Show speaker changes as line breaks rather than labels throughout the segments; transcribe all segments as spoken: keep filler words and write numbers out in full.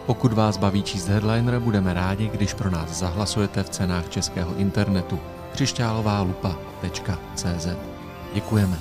Pokud vás baví číst Headliner, budeme rádi, když pro nás zahlasujete v cenách českého internetu křišťálová lupa tečka cé zet. Děkujeme.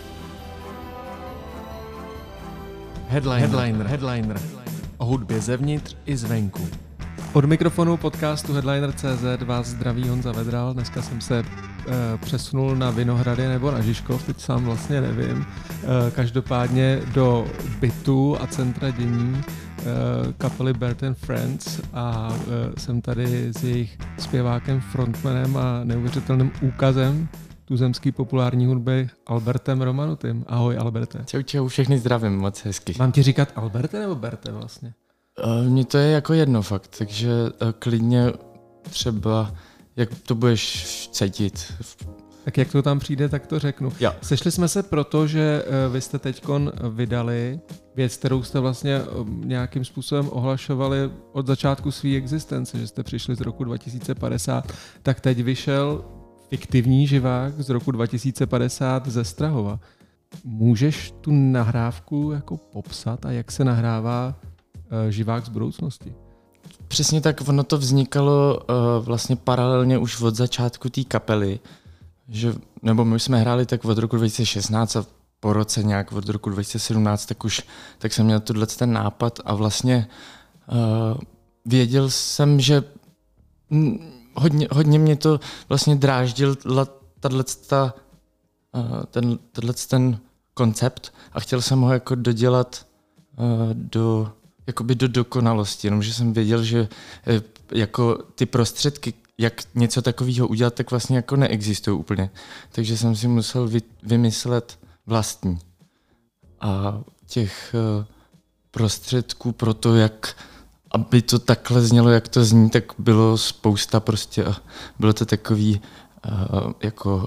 Headliner, Headliner, Headliner. O hudbě zevnitř i zvenku.
Od mikrofonu podcastu Headliner tečka cé zet vás zdraví Honza Vedral. Dneska jsem se e, přesunul na Vinohrady nebo na Žižkov, teď sám vlastně nevím. E, každopádně do bytu a centra dění e, kapely Bert and Friends a e, jsem tady s jejich zpěvákem, frontmanem a neuvěřitelným úkazem tuzemský populární hudby Albertem Romanutym. Ahoj, Alberte.
Čau, čau, všechny zdravím, moc hezky.
Mám ti říkat Alberte nebo Berte vlastně?
Mně to je jako jedno fakt, takže klidně třeba, jak to budeš cítit.
Tak jak to tam přijde, tak to řeknu.
Jo.
Sešli jsme se proto, že vy jste teďkon vydali věc, kterou jste vlastně nějakým způsobem ohlašovali od začátku své existence, že jste přišli z roku dva tisíce padesát, tak teď vyšel fiktivní živák z roku dva tisíce padesát ze Strahova. Můžeš tu nahrávku jako popsat a jak se nahrává živák z budoucnosti?
Přesně tak, ono to vznikalo uh, vlastně paralelně už od začátku té kapely, že, nebo my jsme hráli tak od roku dva tisíce šestnáct a po roce nějak od roku dva tisíce sedmnáct, tak už tak jsem měl tuhle ten nápad a vlastně uh, věděl jsem, že hm, hodně, hodně mě to vlastně dráždil tato, uh, ten, ten koncept a chtěl jsem ho jako dodělat uh, do jakoby do dokonalosti, jenomže jsem věděl, že jako ty prostředky, jak něco takového udělat, tak vlastně jako neexistují úplně. Takže jsem si musel vy, vymyslet vlastní. A těch prostředků pro to, jak aby to takhle znělo, jak to zní, tak bylo spousta prostě a bylo to takový jako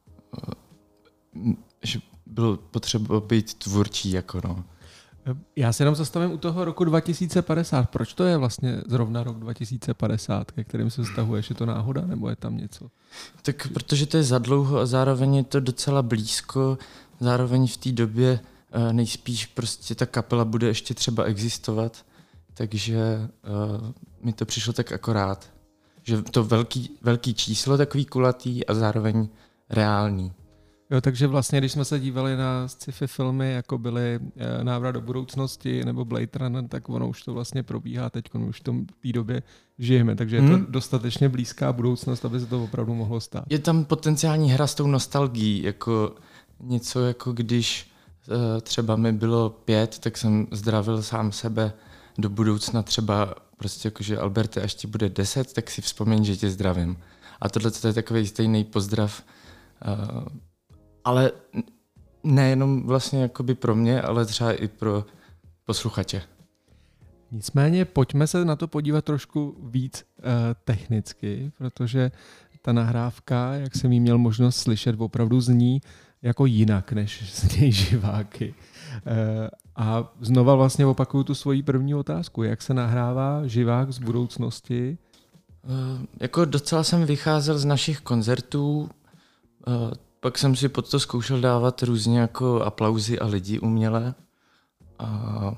že bylo potřeba být tvůrčí, jako no.
Já se jenom zastavím u toho roku dva tisíce padesát. Proč to je vlastně zrovna rok dva tisíce padesát, ke kterým se vztahuješ? Je to náhoda nebo je tam něco?
Tak protože to je zadlouho a zároveň je to docela blízko, zároveň v té době nejspíš prostě ta kapela bude ještě třeba existovat, takže uh, mi to přišlo tak akorát, že to velký, velký číslo takový kulatý a zároveň reálný.
Jo, takže vlastně, když jsme se dívali na sci-fi filmy, jako byly Návrat do budoucnosti nebo Blade Runner, tak ono už to vlastně probíhá teď, už v tom té době žijeme, takže hmm. je to dostatečně blízká budoucnost, aby se to opravdu mohlo stát.
Je tam potenciální hra s tou nostalgií, jako něco jako když uh, třeba mi bylo pět, tak jsem zdravil sám sebe do budoucna třeba prostě jako, že Alberte, až ti bude deset, tak si vzpomeň, že tě zdravím. A tohle to je takový stejný pozdrav, uh, ale nejenom vlastně jakoby pro mě, ale třeba i pro posluchače.
Nicméně pojďme se na to podívat trošku víc uh, technicky, protože ta nahrávka, jak jsem jí měl možnost slyšet, opravdu zní jako jinak, než znějí živáky. Uh, a znova vlastně opakuju tu svoji první otázku. Jak se nahrává živák z budoucnosti?
Uh, jako docela jsem vycházel z našich koncertů, uh, pak jsem si pod to zkoušel dávat různě jako aplauzy a lidi uměle. A,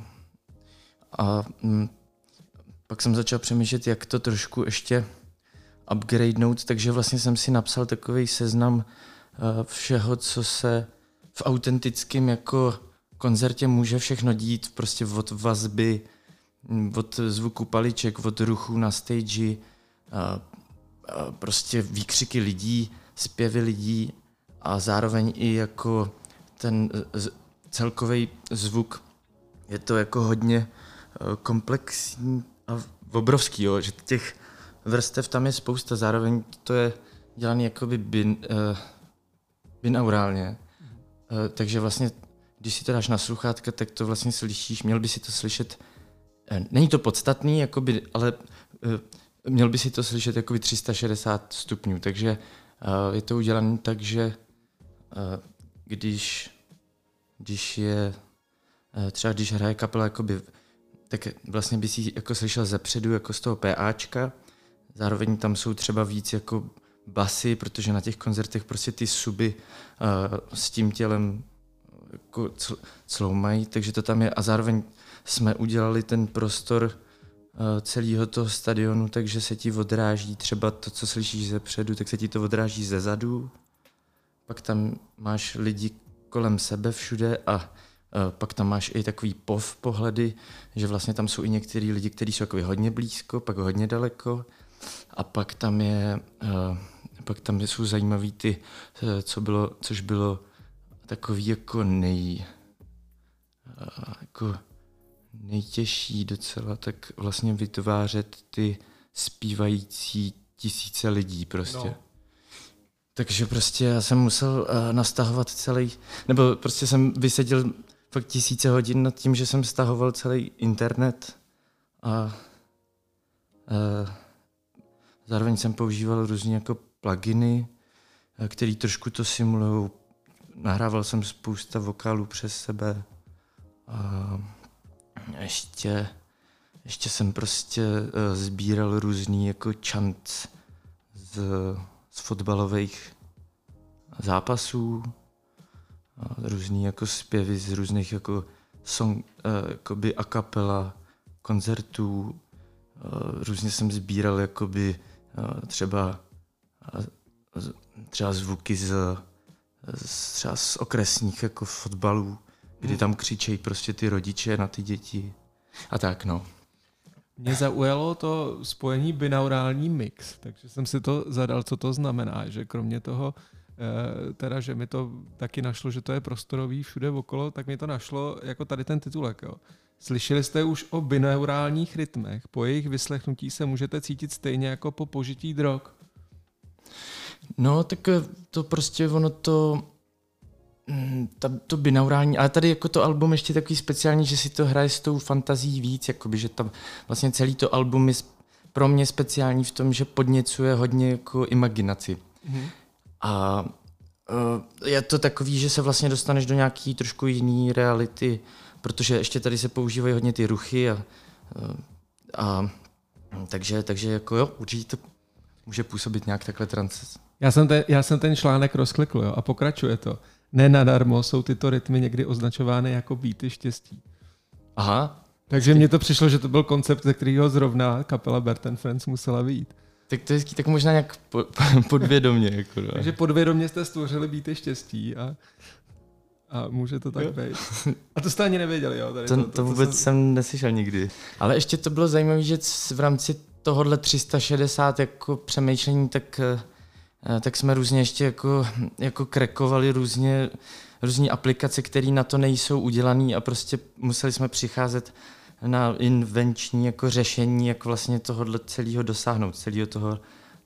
a m, pak jsem začal přemýšlet, jak to trošku ještě upgradenout, takže vlastně jsem si napsal takový seznam uh, všeho, co se v autentickém jako koncertě může všechno dít, prostě od vazby, od zvuku paliček, od ruchů na stage, uh, uh, prostě výkřiky lidí, zpěvy lidí, a zároveň i jako ten celkový zvuk je to jako hodně komplexní a obrovský, jo, že těch vrstev tam je spousta, zároveň to je dělané jakoby bin, uh, binaurálně, uh, takže vlastně, když si to dáš na sluchátka, tak to vlastně slyšíš, měl by si to slyšet, uh, není to podstatný, jakoby, ale uh, měl by si to slyšet jakoby tři sta šedesát stupňů, takže uh, je to udělané tak, že Když, když je, třeba když hraje kapela, jakoby, tak vlastně by si jako slyšel zepředu jako z toho PAčka, zároveň tam jsou třeba víc jako basy, protože na těch koncertech prostě ty suby uh, s tím tělem jako cloumají, takže to tam je a zároveň jsme udělali ten prostor celého toho stadionu, takže se ti odráží třeba to, co slyšíš ze předu, tak se ti to odráží ze zadu. Pak tam máš lidi kolem sebe všude a uh, pak tam máš i takový pov pohledy, že vlastně tam jsou i některý lidi, kteří jsou jako hodně blízko, pak hodně daleko. A pak tam je, uh, pak tam jsou zajímavý ty, uh, co bylo, což bylo takový jako nej, uh, jako nejtěžší docela, tak vlastně vytvářet ty zpívající tisíce lidí prostě. No. Takže prostě já jsem musel uh, nastahovat celý, nebo prostě jsem vyseděl fakt tisíce hodin nad tím, že jsem stahoval celý internet a uh, zároveň jsem používal různé jako pluginy, které trošku to simulují. Nahrával jsem spousta vokálů přes sebe a ještě, ještě jsem prostě uh, sbíral různý jako chants z, z fotbalových zápasů, a různý jako zpěvy z různých jako song, uh, jakoby a cappella koncertů. Uh, různě jsem sbíral jakoby uh, třeba, uh, třeba zvuky z, z, třeba z okresních jako fotbalů, kdy tam křičejí prostě ty rodiče na ty děti a tak, no.
Mě zaujalo to spojení binaurální mix, takže jsem si to zadal, co to znamená, že kromě toho, teda, že mi to taky našlo, že to je prostorový všude okolo, tak mi to našlo jako tady ten titulek. Jo. Slyšeli jste už o binaurálních rytmech, po jejich vyslechnutí se můžete cítit stejně jako po požití drog.
No, tak to prostě ono to... Ta, to binaurální, ale tady jako to album ještě takový speciální, že si to hraje s tou fantazí víc, jakoby, že tam vlastně celý to album je pro mě speciální v tom, že podněcuje hodně jako imaginaci. Mm-hmm. A uh, je to takový, že se vlastně dostaneš do nějaký trošku jiný reality, protože ještě tady se používají hodně ty ruchy a, uh, a takže, takže jako jo, určitě to může působit nějak takhle trans.
Já jsem, te, já jsem ten článek rozklikl, jo, a pokračuje to. Nenadarmo jsou tyto rytmy někdy označovány jako beaty štěstí.
Aha.
Takže mně to přišlo, že to byl koncept, ze kterého zrovna kapela Bert and Friends musela vyjít.
Tak to je hezký, tak možná nějak po, podvědomě. Jako, no.
Takže podvědomě jste stvořili beaty štěstí a, a může to tak být. A to jste ani nevěděli, jo? Tady
to,
to,
to,
to,
to vůbec
jsem...
jsem neslyšel nikdy. Ale ještě to bylo zajímavé, že v rámci tohohle tři sta šedesát jako přemýšlení, tak... tak jsme různě ještě jako, jako krekovali různě, různé aplikace, které na to nejsou udělané a prostě museli jsme přicházet na invenční jako řešení, jak vlastně tohohle celého dosáhnout, celého tohohle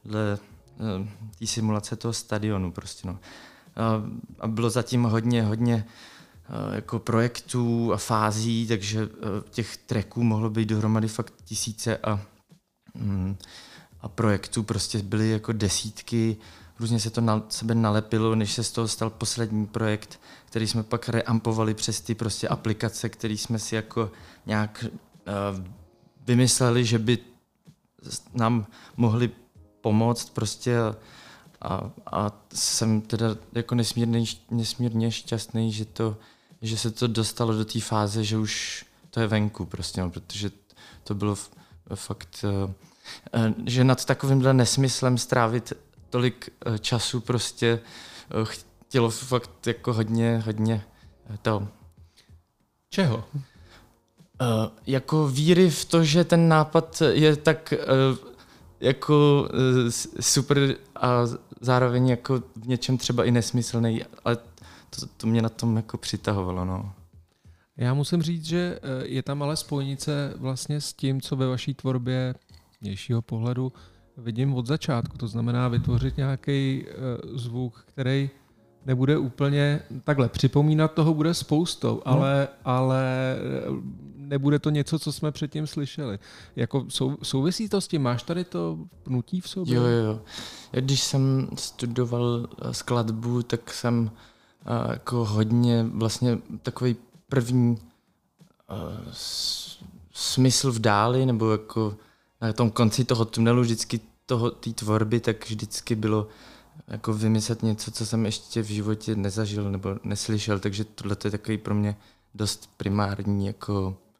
té simulace toho stadionu prostě, no. A bylo zatím hodně, hodně jako projektů a fází, takže těch tracků mohlo být dohromady fakt tisíce a mm, a projektů prostě byly jako desítky, různě se to na sebe nalepilo, než se z toho stal poslední projekt, který jsme pak reampovali přes ty prostě aplikace, které jsme si jako nějak uh, vymysleli, že by nám mohli pomoct prostě a, a, a jsem teda jako nesmírně, nesmírně šťastný, že, to, že se to dostalo do té fáze, že už to je venku prostě, no, protože to bylo f, fakt... Uh, že nad takovýmhle nesmyslem strávit tolik času prostě chtělo fakt jako hodně, hodně to.
Čeho?
Uh, jako víry v to, že ten nápad je tak uh, jako uh, super a zároveň jako v něčem třeba i nesmyslný, ale to, to mě na tom jako přitahovalo, no.
Já musím říct, že je tam ale spojnice vlastně s tím, co ve vaší tvorbě vnějšího pohledu vidím od začátku. To znamená vytvořit nějaký uh, zvuk, který nebude úplně takhle. Připomínat toho bude spoustou, no. ale, ale nebude to něco, co jsme předtím slyšeli. Jako sou, souvisí to s tím? Máš tady to pnutí v sobě?
Jo, jo, jo. Když jsem studoval skladbu, tak jsem uh, jako hodně vlastně takový první uh, s, smysl v dáli, nebo jako na tom konci toho tunelu vždycky toho, té tvorby, tak vždycky bylo jako vymyslet něco, co jsem ještě v životě nezažil nebo neslyšel, takže tohle je takový pro mě dost primární jako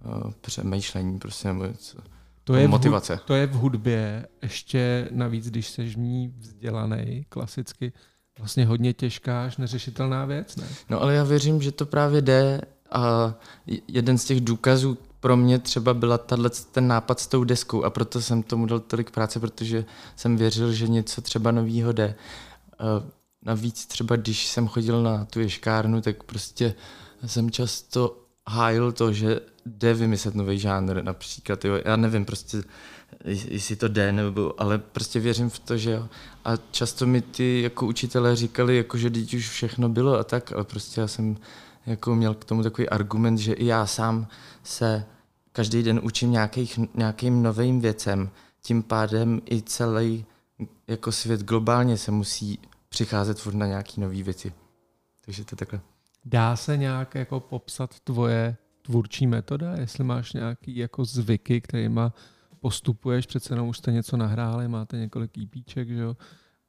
uh, přemýšlení, prostě, nebo něco.
To je,
motivace.
V, to je v hudbě ještě navíc, když seš v ní vzdělaný, klasicky, vlastně hodně těžká až neřešitelná věc, ne?
No ale já věřím, že to právě jde a jeden z těch důkazů pro mě třeba byla tato, ten nápad s tou deskou a proto jsem tomu dal tolik práce, protože jsem věřil, že něco třeba novýho jde. Navíc třeba, když jsem chodil na tu ješkárnu, tak prostě jsem často hájil to, že jde vymyslet nový žánr například. Jo. Já nevím prostě, jestli to jde, nebo, ale prostě věřím v to, že jo. A často mi ty jako učitelé říkali, jako, že teď už všechno bylo a tak, ale prostě já jsem jako měl k tomu takový argument, že i já sám se každý den učím nějakých, nějakým novým věcem. Tím pádem i celý jako svět globálně se musí přicházet furt na nějaký nový věci. Takže to je takhle.
Dá se nějak jako popsat tvoje tvůrčí metoda, jestli máš nějaký jako zvyky, kterýma postupuješ, přece jenom už jste něco nahráli, máte několik EPček, že jo?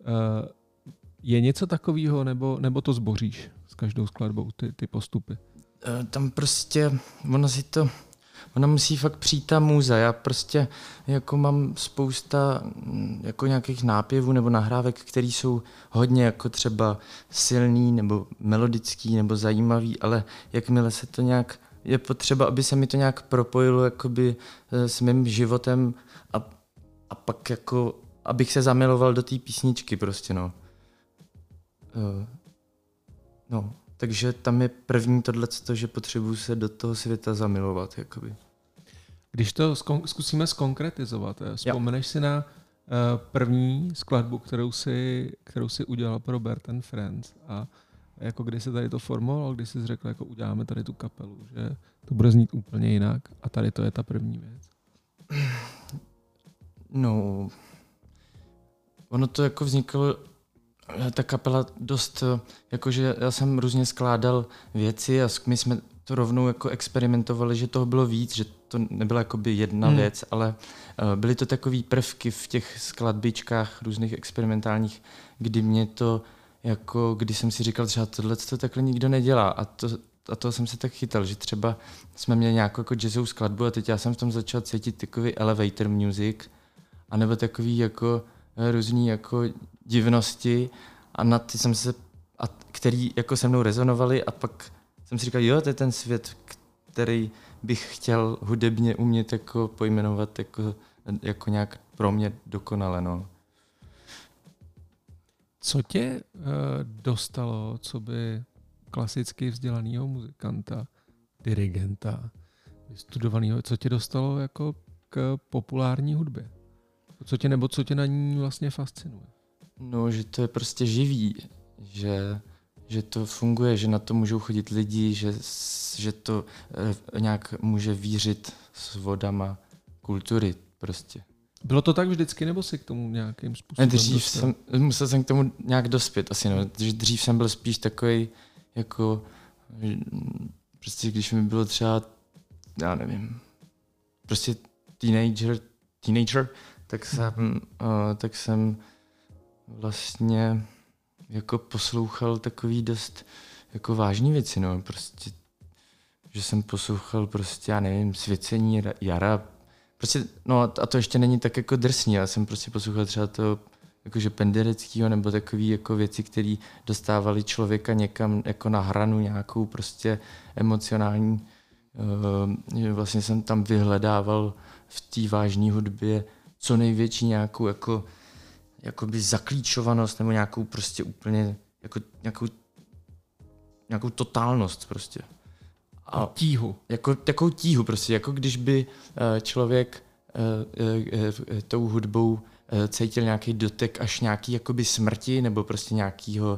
Je něco takového, nebo, nebo to zboříš s každou skladbou, ty, ty postupy?
Tam prostě, ono si to, ona musí fakt přijít ta můza. Já prostě jako mám spousta jako nějakých nápěvů nebo nahrávek, které jsou hodně jako třeba silný nebo melodický nebo zajímavý, ale jakmile se to nějak, je potřeba, aby se mi to nějak propojilo jakoby s mým životem a, a pak jako, abych se zamiloval do té písničky prostě, no. Uh, no. Takže tam je první tohleto, že potřebuji se do toho světa zamilovat. Jakoby.
Když to zkon- zkusíme zkonkretizovat, vzpomeneš si na uh, první skladbu, kterou si, kterou si udělal pro Bert and Friends a jako kdy se tady to formovalo, když jsi řekl, jako uděláme tady tu kapelu, že to bude znít úplně jinak a tady to je ta první věc.
No, ono to jako vzniklo, ta kapela dost, jakože já jsem různě skládal věci a my jsme to rovnou jako experimentovali, že toho bylo víc, že to nebyla jakoby jedna hmm. věc, ale byly to takový prvky v těch skladbičkách různých experimentálních, kdy mě to jako, kdy jsem si říkal, že tohle to takhle nikdo nedělá a to, a toho jsem se tak chytal, že třeba jsme měli nějakou jako jazzovou skladbu a teď já jsem v tom začal cítit takový elevator music anebo takový jako různý jako divnosti a na ty jsem se, a který jako se mnou rezonovali a pak jsem si říkal, jo, to je ten svět, který bych chtěl hudebně umět jako pojmenovat jako, jako nějak pro mě dokonale, no.
Co tě uh, dostalo, co by klasicky vzdělanýho muzikanta, dirigenta, vystudovanýho, co tě dostalo jako k populární hudbě? Co tě, nebo co tě na ní vlastně fascinuje?
No, že to je prostě živý, že, že to funguje, že na to můžou chodit lidi, že, že to eh, nějak může vířit s vodama kultury prostě.
Bylo to tak vždycky, nebo si k tomu nějakým způsobem
Dřív jsem, musel jsem k tomu nějak dospět asi, no. Dřív jsem byl spíš takový jako, prostě když mi bylo třeba, já nevím, prostě teenager, teenager, tak jsem, uh, tak jsem vlastně jako poslouchal takový dost jako vážný věci, no, prostě, že jsem poslouchal prostě, já nevím, Svěcení jara, prostě, no a to ještě není tak jako drsný, já jsem prostě poslouchal třeba to jakože Pendereckýho nebo takový jako věci, které dostávaly člověka někam jako na hranu nějakou prostě emocionální, uh, vlastně jsem tam vyhledával v té vážné hudbě co největší nějakou jako jakoby zaklíčovanost nebo nějakou prostě úplně jako nějakou, nějakou totálnost prostě.
A tíhu.
Jako takovou tíhu prostě, jako když by uh, člověk uh, uh, uh, tou hudbou uh, cítil nějaký dotek až nějaký jakoby smrti nebo prostě nějakýho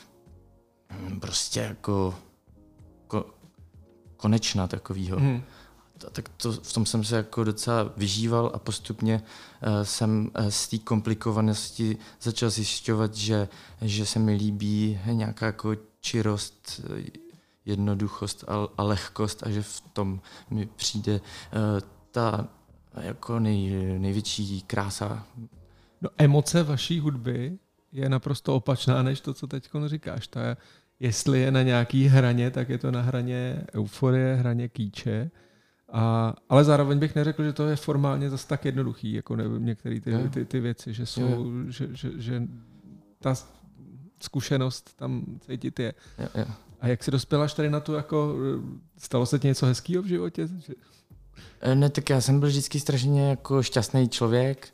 um, prostě jako ko, konečna takovýho. Hmm. Tak to, v tom jsem se jako docela vyžíval a postupně uh, jsem uh, z té komplikovanosti začal zjišťovat, že, že se mi líbí nějaká jako čirost, jednoduchost a, a lehkost a že v tom mi přijde uh, ta jako nej, největší krása.
No, emoce vaší hudby je naprosto opačná než to, co teď říkáš. Ta je, jestli je na nějaký hraně, tak je to na hraně euforie, hraně kýče. A, ale zároveň bych neřekl, že to je formálně zase tak jednoduchý, jako nevím, některé ty, ty, ty věci, že jsou, že, že, že ta zkušenost tam cítit je.
Jo, jo.
A jak jsi dospěl až tady na to, jako stalo se ti něco hezkýho v životě? Že...
Ne, tak já jsem byl vždycky strašně jako šťastný člověk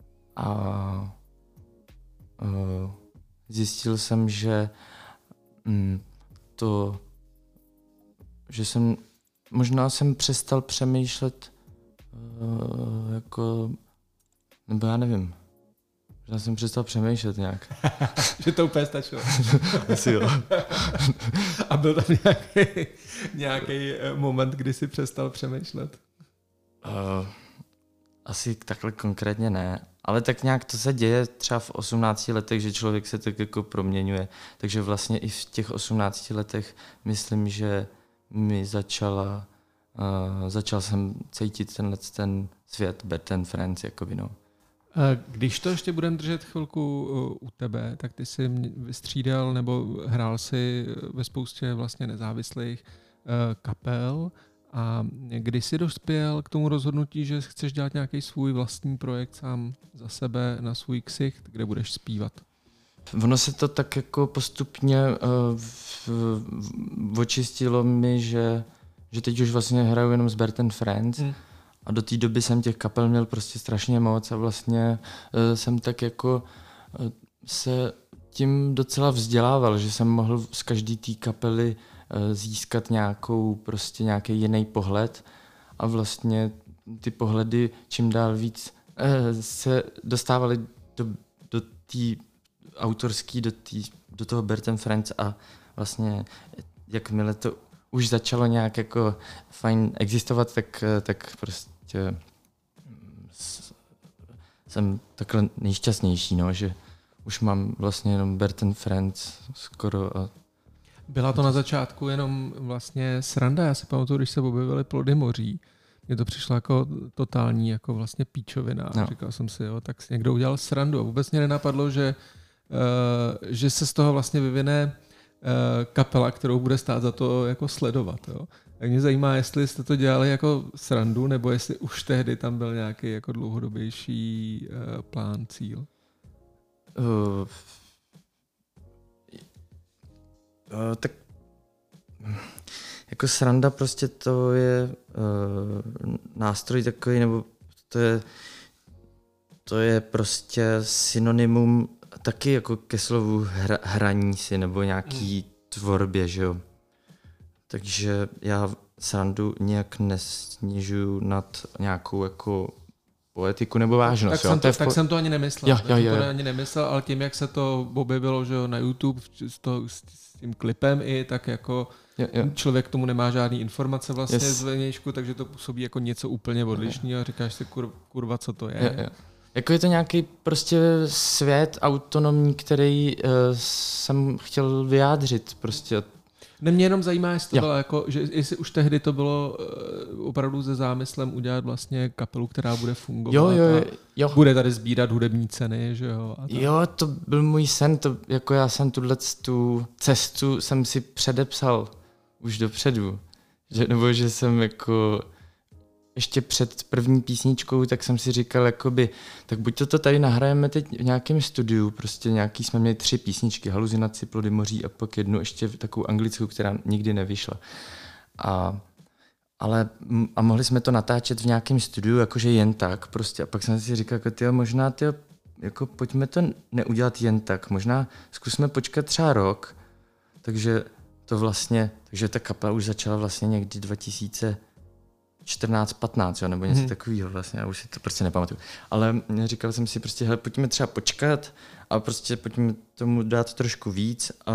a uh, zjistil jsem, že mm, to, že jsem, možná jsem přestal přemýšlet uh, jako, nebo já nevím, možná jsem přestal přemýšlet nějak.
Že to úplně stačilo.
Asi jo.
A byl tam nějaký, nějaký moment, kdy jsi přestal přemýšlet?
Uh, asi takhle konkrétně ne, ale tak nějak to se děje třeba v osmnácti letech, že člověk se tak jako proměňuje, takže vlastně i v těch osmnácti letech myslím, že mi začala, uh, začal jsem cítit tenhle ten svět Bert and Friends jako vino.
Když to ještě budeme držet chvilku u tebe, tak ty jsi vystřídal nebo hrál si ve spoustě vlastně nezávislých kapel. A kdy jsi dospěl k tomu rozhodnutí, že chceš dělat nějaký svůj vlastní projekt sám za sebe na svůj ksicht, kde budeš zpívat?
Ono se to tak jako postupně uh, v, v, očistilo mi, že, že teď už vlastně hraju jenom s Bert and Friends. Hmm. A do té doby jsem těch kapel měl prostě strašně moc a vlastně uh, jsem tak jako uh, se tím docela vzdělával, že jsem mohl z každé té kapely získat nějakou, prostě nějaký jiný pohled a vlastně ty pohledy čím dál víc eh, se dostávaly do, do té autorský, do, tý, do toho Bert and Friends a vlastně jakmile to už začalo nějak jako fajn existovat, tak, tak prostě jsem takhle nejšťastnější, no, že už mám vlastně jenom Bert and Friends skoro a
byla to na začátku jenom vlastně sranda. Já si pamatuju, když se objevily Plody moří. Mně to přišlo jako totální jako vlastně píčovina. No. Říkal jsem si, jo, tak si někdo udělal srandu. A vůbec mě nenapadlo, že, uh, že se z toho vlastně vyvine uh, kapela, kterou bude stát za to jako sledovat. Jo. Tak mě zajímá, jestli jste to dělali jako srandu, nebo jestli už tehdy tam byl nějaký jako dlouhodobější uh, plán, cíl.
Uh. Uh, tak jako sranda prostě to je uh, nástroj takový, nebo to je, to je prostě synonymum taky jako ke slovu hra, hraní si nebo nějaký hmm. tvorbě, že jo. Takže já srandu nějak nesnižuju nad nějakou jako poetiku nebo vážnost.
Tak,
jo?
jsem, to,
to
tak
po...
jsem to ani nemyslel.
Jo, jo,
jo,
jo.
To ani nemyslel, ale tím, jak se to objevilo, že jo, na YouTube s, to, s tím klipem i, tak jako jo, jo. člověk k tomu nemá žádný informace vlastně yes. z vnějšku, takže to působí jako něco úplně odlišného a říkáš si, kur, kurva, co to je.
Jo, jo. Jako je to nějaký prostě svět autonomní, který uh, jsem chtěl vyjádřit prostě.
Ne, mě jenom zajímá, jestli to bylo jako, že jestli už tehdy to bylo uh, opravdu se zámyslem udělat vlastně kapelu, která bude fungovat.
Jo, jo, jo.
Bude tady sbírat hudební ceny, že jo. A
jo, to byl můj sen, to, jako já jsem tuhle tu cestu jsem si předepsal už dopředu. Že, nebo že jsem jako ještě před první písničkou, tak jsem si říkal, jakoby, tak buď to, to tady nahrajeme teď v nějakém studiu, prostě nějaký jsme měli tři písničky, Haluzinaci, Plody moří a pak jednu ještě takovou anglickou, která nikdy nevyšla. A, ale, a mohli jsme to natáčet v nějakém studiu, jakože jen tak prostě. A pak jsem si říkal, jako, tyjo, možná tyjo, jako pojďme to neudělat jen tak, možná zkusme počkat třeba rok, takže to vlastně, takže ta kapela už začala vlastně někdy dva tisíce čtrnáct patnáct, jo, nebo něco hmm. takového vlastně, já už si to prostě nepamatuju. Ale říkal jsem si prostě, hele, pojďme třeba počkat a prostě pojďme tomu dát trošku víc a,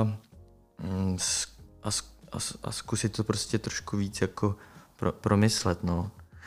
a, a, a zkusit to prostě trošku víc jako pro, promyslet, no.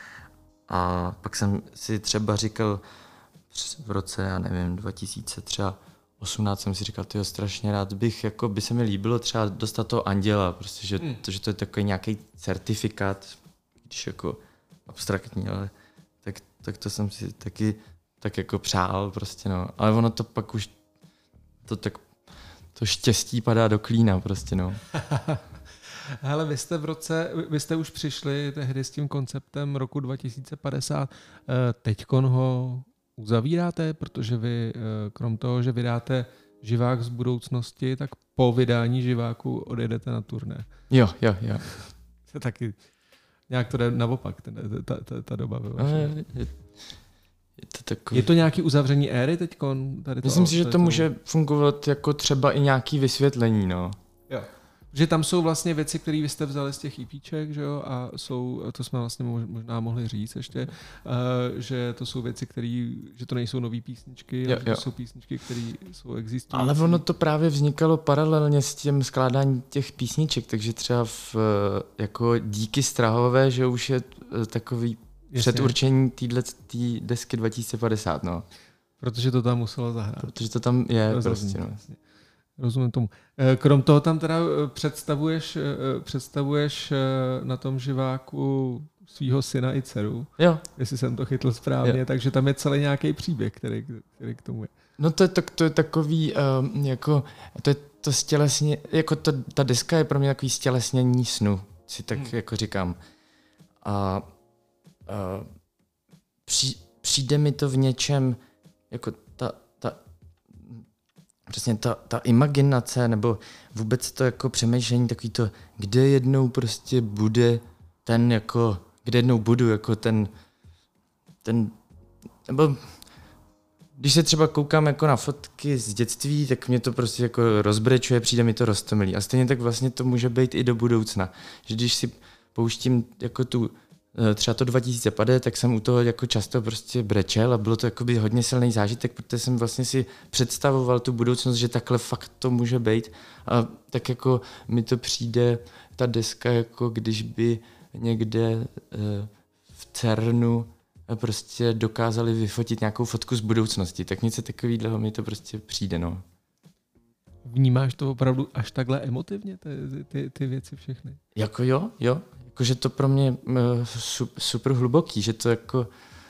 A pak jsem si třeba říkal v roce, já nevím, dva tisíce osmnáct jsem si říkal, tyjo, strašně rád bych, jako by se mi líbilo třeba dostat toho anděla, prostě, že, hmm. to, že to je takový nějaký certifikát, když jako abstraktní, ale tak, tak to jsem si taky tak jako přál prostě, no. Ale ono to pak už, to tak, to štěstí padá do klína prostě, no.
Hele, vy jste v roce, vy jste už přišli tehdy s tím konceptem roku dva tisíce padesát. Teďkon ho uzavíráte, protože vy, krom toho, že vydáte Živák z budoucnosti, tak po vydání Živáku odjedete na turné.
Jo, jo, jo.
To taky nějak to jde naopak, ten, ta, ta, ta doba.
Je, je, to takový...
je to nějaký uzavření éry teďkon? Tady to,
Myslím si, že to
to
může fungovat jako třeba i nějaký vysvětlení, no.
Jo. Že tam jsou vlastně věci, které vy jste vzali z těch EPček, že jo, a jsou, to jsme vlastně možná mohli říct ještě, uh, že to jsou věci, které, že to nejsou nový písničky,
jo,
ale že
jo.
to jsou písničky, které jsou existující.
Ale ono to právě vznikalo paralelně s tím skládáním těch písniček, takže třeba v, jako díky Strahové, že už je takový Jasně. předurčení téhle desky dva tisíce padesát, no.
Protože to tam muselo zahrát.
Protože to tam je
to
prostě, no.
Rozumím tomu. Krom toho tam teda představuješ, představuješ na tom Živáku svýho syna i dceru.
Jo.
Jestli jsem to chytl správně, jo. Takže tam je celý nějaký příběh, který, který k tomu je.
No to je, to, to je takový, um, jako, to je to stělesně, jako to, ta deska je pro mě takový stělesnění snu, si tak hmm. jako říkám. A, a při, přijde mi to v něčem, jako ta, ta přesně ta, ta imaginace, nebo vůbec to jako přemýšlení, takový to, kde jednou prostě bude ten jako, kde jednou budu, jako ten, ten, nebo když se třeba koukám jako na fotky z dětství, tak mě to prostě jako rozbrečuje, přijde mi to roztomilý. A stejně tak vlastně to může být i do budoucna. Že když si pouštím jako tu, třeba to dva tisíce padesát, tak jsem u toho jako často prostě brečel a bylo to jakoby hodně silný zážitek, protože jsem vlastně si představoval tu budoucnost, že takhle fakt to může být. A tak jako mi to přijde ta deska, jako když by někde v CERNu prostě dokázali vyfotit nějakou fotku z budoucnosti, tak něco takového mi to prostě přijde, no.
Vnímáš to opravdu až takhle emotivně, ty, ty, ty věci všechny?
Jako jo, jo. Jakože to pro mě uh, super hluboký, že to jako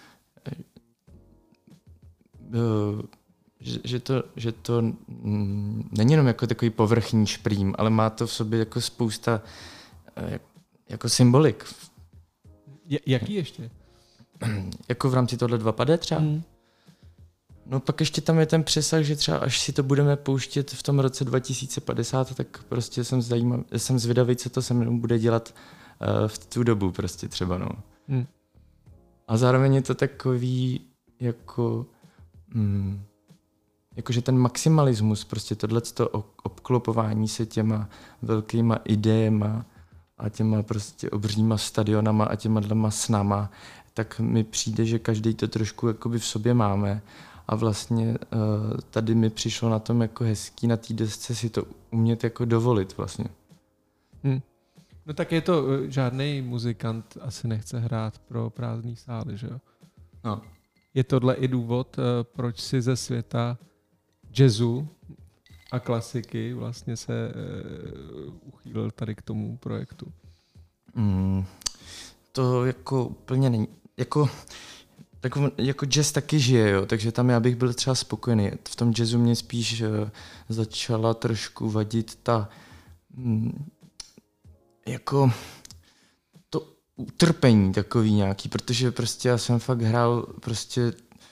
uh, že, že to, že to mm, není jenom jako takový povrchní šprým, ale má to v sobě jako spousta uh, jako symbolik.
J- jaký ještě?
Jako v rámci tohle dva padé třeba? Mm. No pak ještě tam je ten přesah, že třeba až si to budeme pouštět v tom roce dva tisíce padesát, tak prostě jsem, zajímav, jsem zvědavý, co to se mnou bude dělat uh, v tu dobu prostě třeba, no. Mm. A zároveň je to takový jako mm, jakože ten maximalismus, prostě tohleto obklopování se těma velkýma idejema a těma prostě obříma stadionama a těma dlema snama, tak mi přijde, že každý to trošku jakoby v sobě máme a vlastně uh, tady mi přišlo na tom jako hezký na té desce si to umět jako dovolit vlastně.
Hmm. No tak je to, žádný muzikant asi nechce hrát pro prázdný sály, že jo?
No.
Je tohle i důvod, uh, proč si ze světa jazzu a klasiky vlastně se uh, uchýlil tady k tomu projektu?
Mm, to jako úplně není. Jako, tak, jako jazz taky žije, jo, takže tam já bych byl třeba spokojený. V tom jazzu mě spíš uh, začala trošku vadit ta mm, jako to utrpení takový nějaký, protože prostě já jsem fakt hrál prostě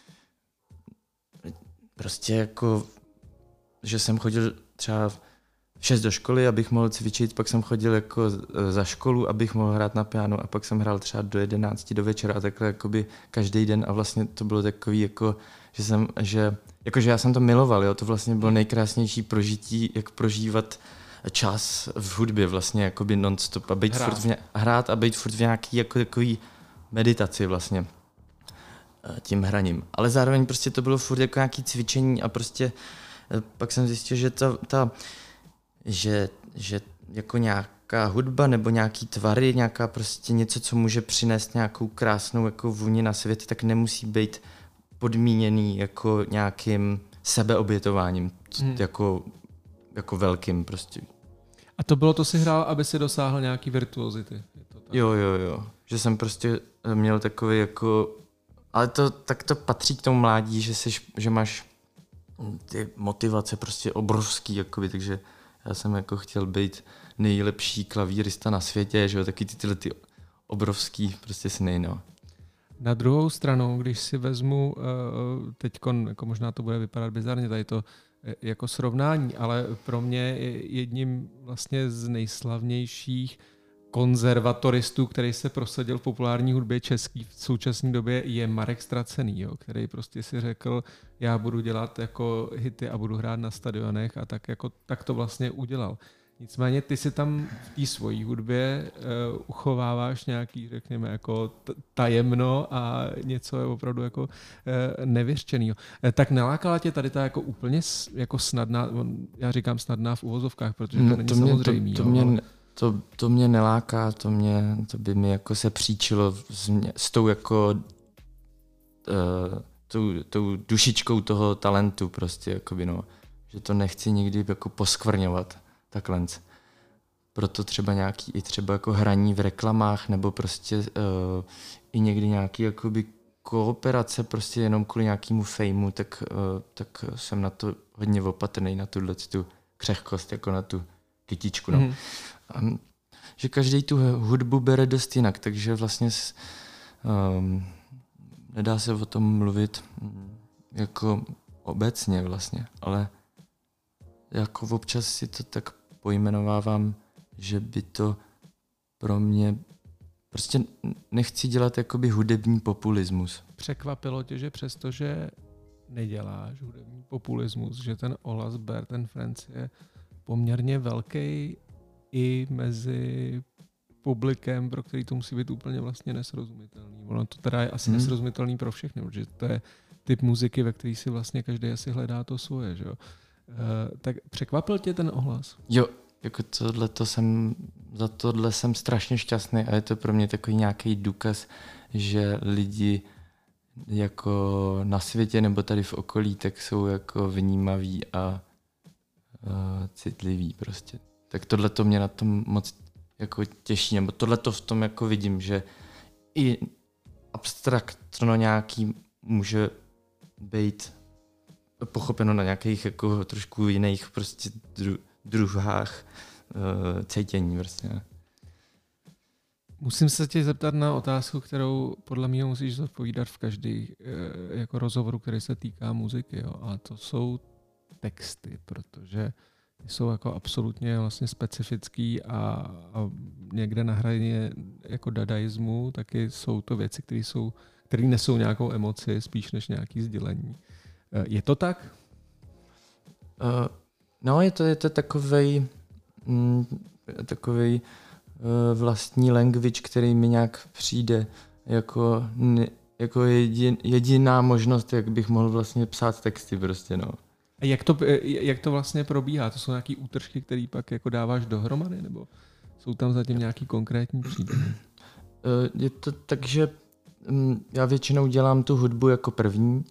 prostě jako, že jsem chodil třeba v šest do školy, abych mohl cvičit, pak jsem chodil jako za školu, abych mohl hrát na piano a pak jsem hrál třeba do jedenácti do večera a takhle jakoby každý den a vlastně to bylo takový jako, že jsem, že, jakože já jsem to miloval, jo, to vlastně bylo nejkrásnější prožití, jak prožívat čas v hudbě vlastně jakoby non-stop a být hrát. Furt v ně, hrát a být furt v nějaký jako takový meditaci vlastně tím hraním. Ale zároveň prostě to bylo furt jako nějaký cvičení a prostě pak jsem zjistil, že ta, ta Že, že jako nějaká hudba nebo nějaký tvary, nějaká prostě něco, co může přinést nějakou krásnou jako vůni na svět, tak nemusí být podmíněný jako nějakým sebeobětováním, hmm. jako, jako velkým prostě.
A to bylo, to si hrál, aby si dosáhl nějaký virtuozity? Je to tak?
Jo, jo, jo. Že jsem prostě měl takový jako, ale to, tak to patří k tomu mládí, že, jsi, že máš ty motivace prostě obrovský, jakoby, takže já jsem jako chtěl být nejlepší klavírista na světě, že jo, taky ty, tyhle ty obrovský prostě sny, no.
Na druhou stranu, když si vezmu, teďkon, jako možná to bude vypadat bizarně, tady to jako srovnání, ale pro mě jedním vlastně z nejslavnějších konzervatoristů, který se prosadil v populární hudbě český v současné době, je Marek Stracený, jo, který prostě si řekl, já budu dělat jako hity a budu hrát na stadionech a tak, jako, tak to vlastně udělal. Nicméně ty si tam v té svojí hudbě uh, uchováváš nějaký, řekněme, jako tajemno a něco je opravdu jako uh, nevěřčenýho. Uh, tak nelákala tě tady ta jako úplně jako snadná, já říkám snadná v uvozovkách, protože to no, není to mě, samozřejmý.
To, to, jo, mě, ale... to, to mě neláká, to, mě, to by mi jako se příčilo s, mě, s tou jako uh, tou, tou dušičkou toho talentu prostě, jakoby, no, že to nechci nikdy jako poskvrňovat. Takhle. Proto třeba nějaký i třeba jako hraní v reklamách nebo prostě uh, i někdy nějaký jakoby kooperace prostě jenom kvůli nějakému fejmu, tak, uh, tak jsem na to hodně opatrný, na tuhle tu křehkost, jako na tu kytičku. No. Mm. Um, že každý tu hudbu bere dost jinak, takže vlastně s, um, nedá se o tom mluvit jako obecně vlastně, ale jako občas si to tak pojmenovávám, že by to pro mě prostě nechci dělat jakoby hudební populismus.
Překvapilo tě, že přestože neděláš hudební populismus, že ten ohlas Bert Friends je poměrně velký i mezi publikem, pro který to musí být úplně vlastně nesrozumitelný. Ono to teda je asi hmm. nesrozumitelný pro všechny, protože to je typ muziky, ve který si vlastně každý asi hledá to svoje, že jo. Uh, tak překvapil tě ten ohlas?
Jo, jako tohle to jsem, za tohle jsem strašně šťastný a je to pro mě takový nějaký důkaz, že lidi jako na světě nebo tady v okolí tak jsou jako vnímaví a uh, citliví prostě. Tak tohle to mě na tom moc jako těší, nebo tohle to v tom jako vidím, že i abstraktno nějaký může být pochopeno na nějakých jako trošku jiných prostě dru, druhách uh, cítění prostě.
Musím se tě zeptat na otázku, kterou podle mě musíš zodpovídat v každý uh, jako rozhovoru, který se týká muziky, jo? A to jsou texty, protože jsou jako absolutně vlastně specifický a, a někde na hraně jako dadaismu taky jsou to věci, které jsou, které nesou nějakou emoci spíš než nějaký sdělení. Je to tak?
Uh, no, je to, je to takovej, mm, takovej uh, vlastní language, který mi nějak přijde jako, ne, jako jedin, jediná možnost, jak bych mohl vlastně psát texty prostě, no.
A jak to, jak to vlastně probíhá? To jsou nějaký útržky, které pak jako dáváš dohromady, nebo jsou tam zatím nějaký konkrétní příběhy? Uh,
je to tak, že um, já většinou dělám tu hudbu jako první,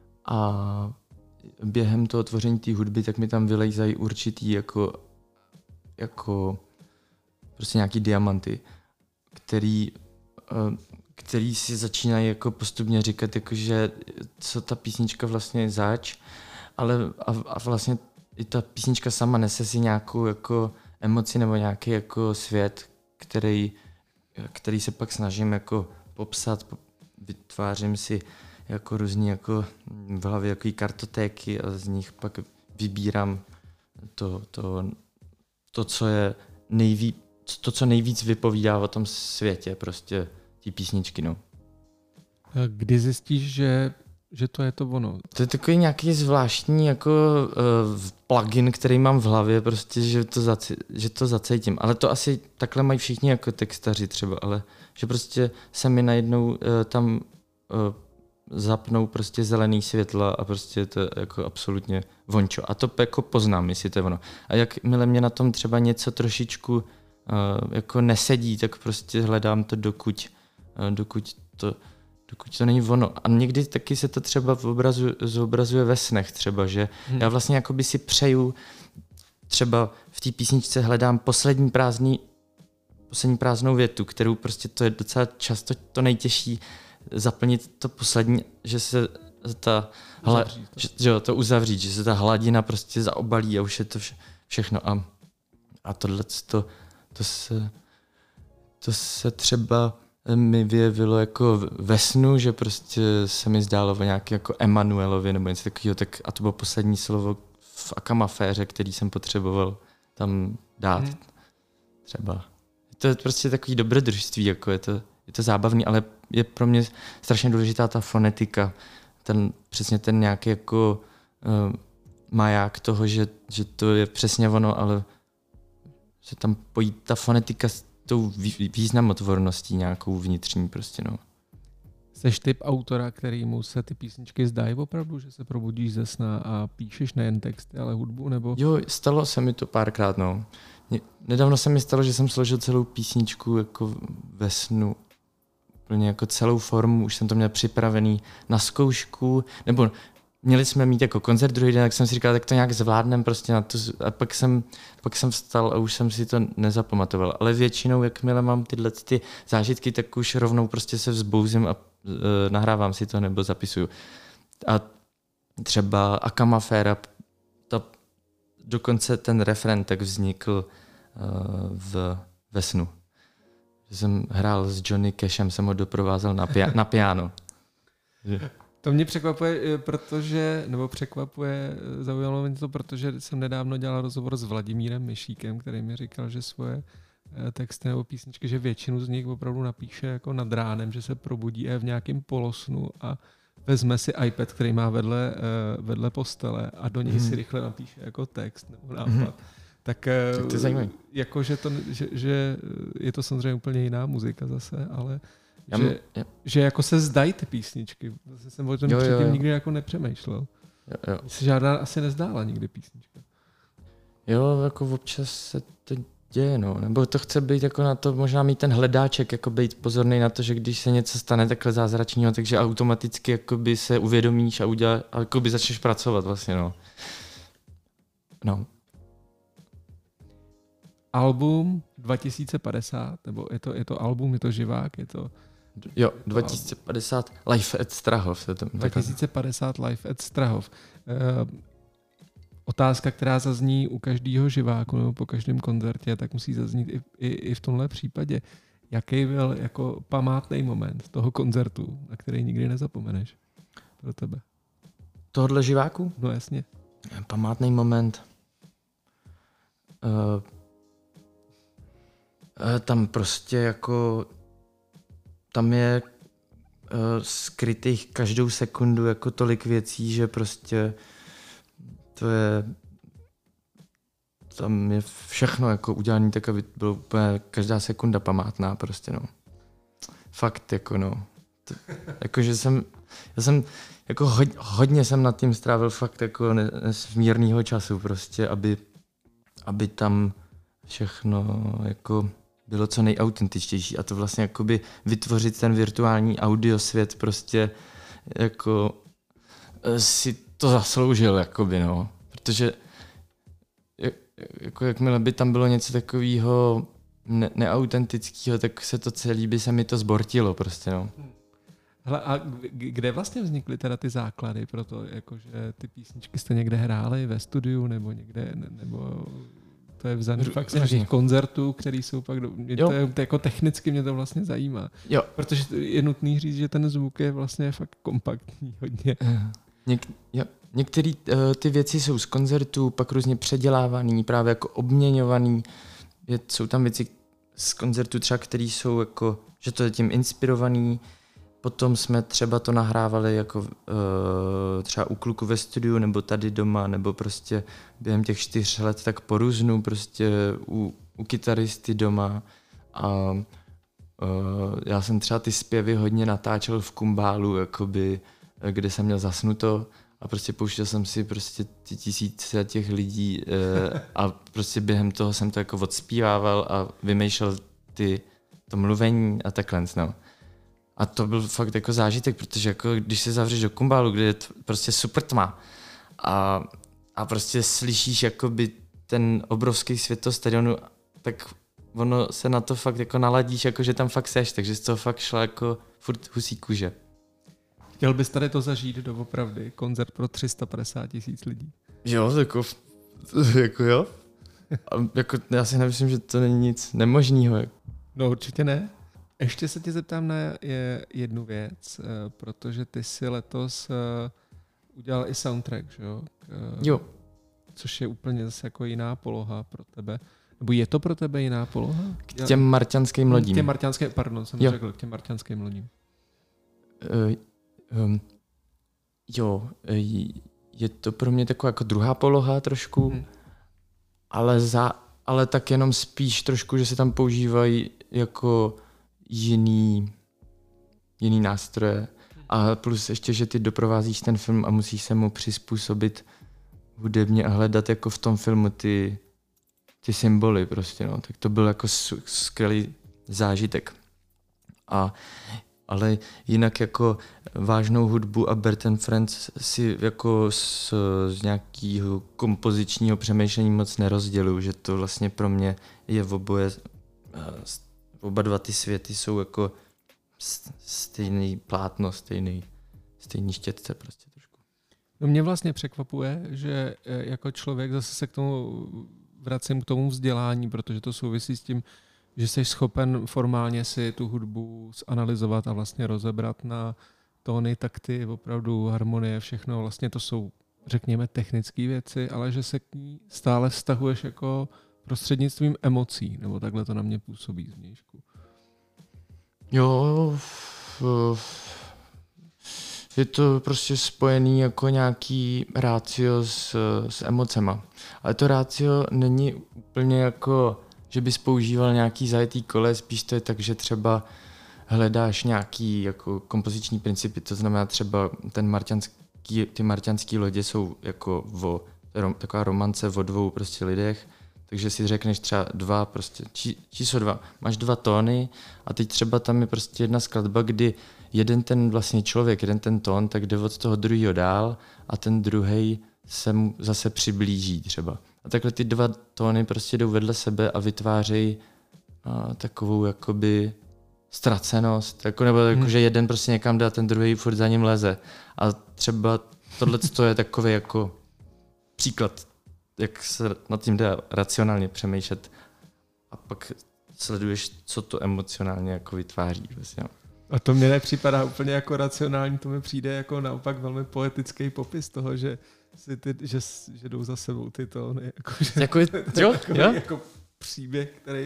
a během toho tvoření té hudby tak mi tam vylejzají určitý jako, jako prostě nějaký diamanty, který, který si začínají jako postupně říkat, jako, že co ta písnička vlastně je zač, ale a, a vlastně i ta písnička sama nese si nějakou jako emoci nebo nějaký jako svět, který, který se pak snažím jako popsat, vytvářím si jako různý jako v hlavě jaký kartotéky a z nich pak vybírám to, to, to co je nejvíc, to, co nejvíc vypovídá o tom světě, prostě ty písničky, no.
Kdy zjistíš, že, že to je to ono?
To je takový nějaký zvláštní jako uh, plugin, který mám v hlavě, prostě, že to, zaci, že to zacítím. Ale to asi takhle mají všichni jako textaři třeba, ale že prostě se mi najednou uh, tam uh, zapnou prostě zelený světla a prostě to je jako absolutně vončo. A to jako poznám, jestli to je ono. A jakmile mě na tom třeba něco trošičku uh, jako nesedí, tak prostě hledám to, dokud, uh, dokud, to, dokud to není ono. A někdy taky se to třeba v obrazu, zobrazuje ve snech třeba, že hmm. já vlastně jakoby si přeju, třeba v té písničce hledám poslední prázdný, poslední prázdnou větu, kterou prostě to je docela často to nejtěžší zaplnit to poslední, že se ta hla, že, že to uzavřít, že se ta hladina prostě zaobalí a už je to vše, všechno. A A tohle to, to, se, to se třeba mi vyjevilo jako ve snu, že prostě se mi zdálo o nějaký jako Emanuelovi nebo něco takového, tak a to bylo poslední slovo v akamaféře, který jsem potřeboval tam dát. Hmm. Třeba. To je prostě takový dobrodružství, jako je to, je to zábavný, ale je pro mě strašně důležitá ta fonetika, ten, přesně ten nějaký jako uh, maják toho, že, že to je přesně ono, ale že tam pojí ta fonetika s tou významotvorností nějakou vnitřní prostě, no.
Seš typ autora, kterýmu se ty písničky zdají opravdu, že se probudíš ze sna a píšeš nejen texty, ale hudbu, nebo?
Jo, stalo se mi to párkrát, no. Nedávno se mi stalo, že jsem složil celou písničku jako ve snu. Úplně jako celou formu, už jsem to měl připravený na zkoušku, nebo měli jsme mít jako koncert druhý den, tak jsem si říkal, tak to nějak zvládnem prostě na to. A pak jsem, pak jsem vstal a už jsem si to nezapamatoval. Ale většinou, jakmile mám tyhle ty zážitky, tak už rovnou prostě se vzbouzím a uh, nahrávám si to nebo zapisuju. A třeba Akamaféra, ta, dokonce ten refrén tak vznikl uh, v, ve snu. Že jsem hrál s Johnny Cashem, jsem ho doprovázel na, pia- na piano. Že...
To mě překvapuje, protože, nebo překvapuje, zaujalo mě to, protože jsem nedávno dělal rozhovor s Vladimírem Myšíkem, který mi říkal, že svoje texty nebo písničky, že většinu z nich opravdu napíše jako nad ránem, že se probudí v nějakém polosnu a vezme si iPad, který má vedle, vedle postele a do něj hmm. si rychle napíše jako text nebo nápad. Hmm. Tak, tak
to je zajímavé.
Jako, že, to, že, že je to samozřejmě úplně jiná muzika zase, ale
Já
že, já. že jako se zdají ty písničky. Zase jsem o tom jo, předtím jo, jo. nikdy jako nepřemýšlel.
Jo, jo.
Se žádná asi nezdála nikdy písnička.
Jo, jako občas se to děje, no. Nebo to chce být jako na to, možná mít ten hledáček, jako být pozorný na to, že když se něco stane takhle zázračného, takže automaticky jakoby se uvědomíš a udělá, a jakoby začneš pracovat vlastně, no. No.
Album dva tisíce padesát, nebo je to, je to album, je to živák, je to...
Jo, dva tisíce padesát Live at Strahov. Se to
dva tisíce padesát Live at Strahov. Uh, otázka, která zazní u každého živáku nebo po každém koncertě, tak musí zaznít i, i, i v tomhle případě. Jaký byl jako památný moment toho koncertu, na který nikdy nezapomeneš pro tebe?
Tohodle živáku?
No jasně.
Památný moment. Uh, uh, tam prostě jako tam je uh, skrytých každou sekundu jako tolik věcí, že prostě to je tam je všechno jako udělané tak, aby bylo úplně každá sekunda památná prostě, no. Fakt, jako no. To, jako, že jsem, já jsem, jako hod, hodně jsem nad tím strávil fakt jako nesmírnýho času prostě, aby, aby tam všechno jako bylo co nejautentičtější a to vlastně jakoby vytvořit ten virtuální audiosvět prostě jako si to zasloužil jakoby, no. Protože jako jakmile by tam bylo něco takového ne- neautentického, tak se to celé by se mi to zbortilo prostě, no.
Hele, a kde vlastně vznikly teda ty základy pro to, jakože ty písničky jste někde hráli ve studiu nebo někde, nebo to je vzaný fakt z nějakých koncertů, který jsou pak, do, mě to je, to jako technicky mě to vlastně zajímá.
Jo.
Protože je nutný říct, že ten zvuk je vlastně fakt kompaktní hodně.
Něk, jo. Některé uh, ty věci jsou z koncertů, pak různě předělávaný, právě jako obměňovaný. Je, jsou tam věci z koncertů třeba, které jsou jako, že to je tím inspirovaný. Potom jsme třeba to nahrávali jako uh, třeba u kluku ve studiu, nebo tady doma, nebo prostě během těch čtyř let tak po různu, prostě u, u kytaristy doma. A uh, já jsem třeba ty zpěvy hodně natáčel v kumbálu, jakoby, kde jsem měl zasnuto. A prostě pouštěl jsem si prostě ty tisíce těch lidí e, a prostě během toho jsem to jako odspívával a vymýšlel ty, to mluvení a takhle, no. A to byl fakt jako zážitek, protože jako když se zavřeš do kumbálu, kde je t- prostě super tma a, a prostě slyšíš jakoby ten obrovský svět toho stadionu, tak ono se na to fakt jako naladíš, jako že tam fakt seš, takže z toho fakt šla jako furt husí kůže.
Chtěl bys tady to zažít doopravdy, koncert pro tři sta padesát tisíc lidí?
Jo, jako, jako jo. A jako, já si nemyslím, že to není nic nemožného.
No určitě ne. Ještě se tě zeptám na jednu věc, protože ty si letos udělal i soundtrack, že jo?
Jo.
Což je úplně zase jako jiná poloha pro tebe. Nebo je to pro tebe jiná poloha?
K těm marťanským lodím.
K těm marťanským, pardon, jsem jo. řekl, k těm marťanským lodím.
Uh, um, jo, je to pro mě taková jako druhá poloha trošku, hmm. ale, za, ale tak jenom spíš trošku, že se tam používají jako jiný, jiný nástroje. A plus ještě, že ty doprovázíš ten film a musíš se mu přizpůsobit hudebně a hledat jako v tom filmu ty, ty symboly prostě, no. Tak to byl jako skvělý zážitek. A, ale jinak jako vážnou hudbu a Bert and Friends si jako z, z nějakého kompozičního přemýšlení moc nerozděluju, že to vlastně pro mě je v oboje, oba dva ty světy jsou jako stejný plátno, stejný, stejný štětce prostě trošku.
No mě vlastně překvapuje, že jako člověk zase se k tomu vracím k tomu vzdělání, protože to souvisí s tím, že jsi schopen formálně si tu hudbu zanalyzovat a vlastně rozebrat na tóny, takty, opravdu harmonie, všechno. Vlastně to jsou, řekněme, technické věci, ale že se k ní stále vztahuješ jako prostřednictvím emocí, nebo takhle to na mě působí zvnějšku.
Jo, je to prostě spojený jako nějaký rácio s, s emocema. Ale to rácio není úplně jako, že bys používal nějaký zajetý kole, spíš to je tak, že třeba hledáš nějaký jako kompoziční principy, to znamená třeba ten marťanský, ty marťanský lodě jsou jako o, taková romance o dvou prostě lidech, takže si řekneš třeba dva, prostě či, číslo dva, máš dva tóny a teď třeba tam je prostě jedna skladba, kdy jeden ten vlastně člověk, jeden ten tón, tak jde od toho druhého dál a ten druhej se mu zase přiblíží třeba. A takhle ty dva tóny prostě jdou vedle sebe a vytvářejí a, takovou jakoby ztracenost, jako, nebo jako, hmm. že jeden prostě někam jde a ten druhý furt za ním leze. A třeba tohleto je takový jako příklad, jak se nad tím jde racionálně přemýšlet a pak sleduješ, co to emocionálně jako vytváří. Vlastně.
A to mě nepřipadá úplně jako racionální, to mi přijde jako naopak velmi poetický popis toho, že, si ty, že, že jdou za sebou ty tóny. Jako, že
jako, jo,
takový,
jo?
jako příběh, který,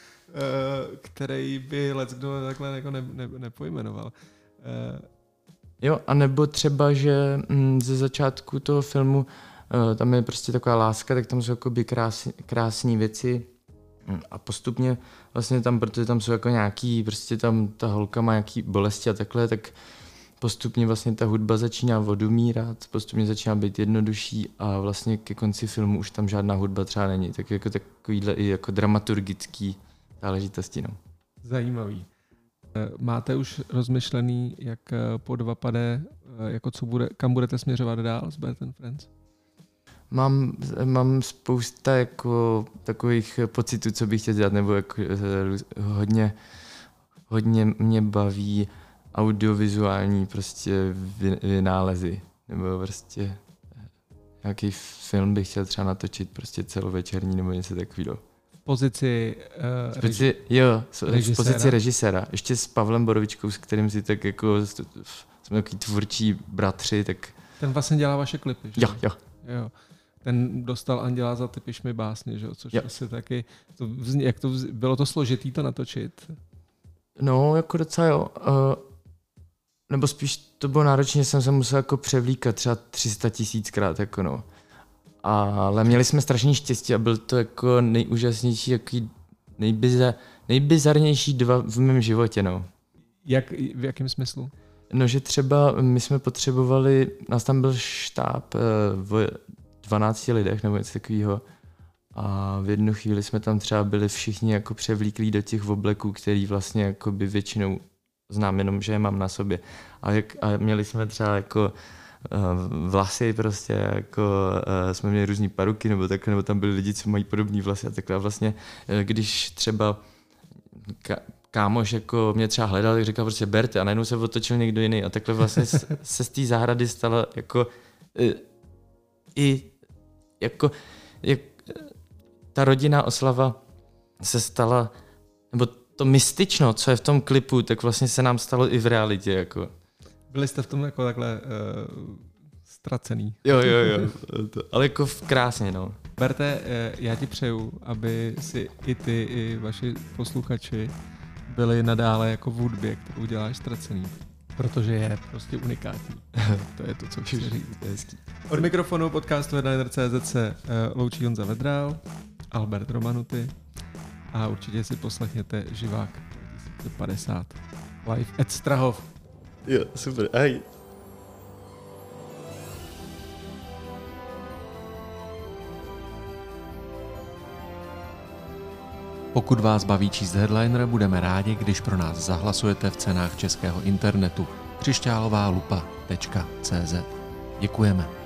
uh, který by leckdo takhle jako ne, ne, nepojmenoval. Uh,
jo, anebo třeba, že mm, ze začátku toho filmu uh, tam je prostě taková láska, tak tam jsou jakoby krásný, krásné věci a postupně vlastně tam, protože tam jsou jako nějaký, prostě tam ta holka má nějaký bolesti a takhle, tak postupně vlastně ta hudba začíná odumírat, postupně začíná být jednodušší a vlastně ke konci filmu už tam žádná hudba třeba není, tak jako takovýhle i jako dramaturgický záležitosti. No.
Zajímavý. Máte už rozmyšlený, jak po dva pade, jako co bude, kam budete směřovat dál s Bert and Friends?
Mám, mám spousta jako takových pocitů, co bych chtěl dělat, nebo jako hodně, hodně mě baví audiovizuální prostě vynálezy, nebo prostě nějaký film bych chtěl třeba natočit prostě celovečerní nebo něco takového.
V pozici, uh,
reži- jo, v pozici režiséra. Ještě s Pavlem Borovičkou, s kterým si tak jako jsme takový tvůrčí bratři, tak...
Ten vlastně dělá vaše klipy, že?
Jo, jo.
jo. Ten dostal Anděla za Ty piš mi básně, že? Což jo. Asi taky... To, jak to, bylo to složitý to natočit?
No, jako docela jo. Uh, nebo spíš to bylo náročné, jsem se musel jako převlíkat třeba tři sta tisíckrát, jako no. Ale měli jsme strašný štěstí a byl to jako nejúžasnější, jaký nejbizar, nejbizarnější dva v mém životě, no.
Jak, v jakém smyslu?
No, že třeba my jsme potřebovali, nás tam byl štáb uh, v dvanácti lidech nebo něco takového a v jednu chvíli jsme tam třeba byli všichni jako převlíklí do těch obleků, který vlastně jako by většinou znám jenom, že je mám na sobě. A, jak, a měli jsme třeba jako uh, vlasy prostě, jako uh, jsme měli různý paruky nebo tak, nebo tam byli lidi, co mají podobný vlasy a takhle. A vlastně, uh, když třeba ka- kámoš jako mě třeba hledal, tak říkal prostě Berte a najednou se otočil někdo jiný a takhle vlastně se z té zahrady stala jako uh, i jako jak, ta rodinná oslava se stala, nebo to mystično, co je v tom klipu, tak vlastně se nám stalo i v realitě. Jako.
Byli jste v tom jako takhle uh, ztracený.
Jo, jo, jo. Ale jako krásně, no.
Berte, já ti přeju, aby si i ty, i vaši posluchači byli nadále jako v hudbě, kterou děláš ztracený. Protože je prostě unikátní. To je to, co chci říct. Od mikrofonu podcastu Headliner tečka cé zet se uh, loučí Honza Vedral, Albert Romanuty a určitě si poslechněte Živák dva tisíce padesát live at Strahov.
Jo, super, ahoj.
Pokud vás baví číst Headliner, budeme rádi, když pro nás zahlasujete v cenách českého internetu křišťálová lupa tečka cé zet. Děkujeme.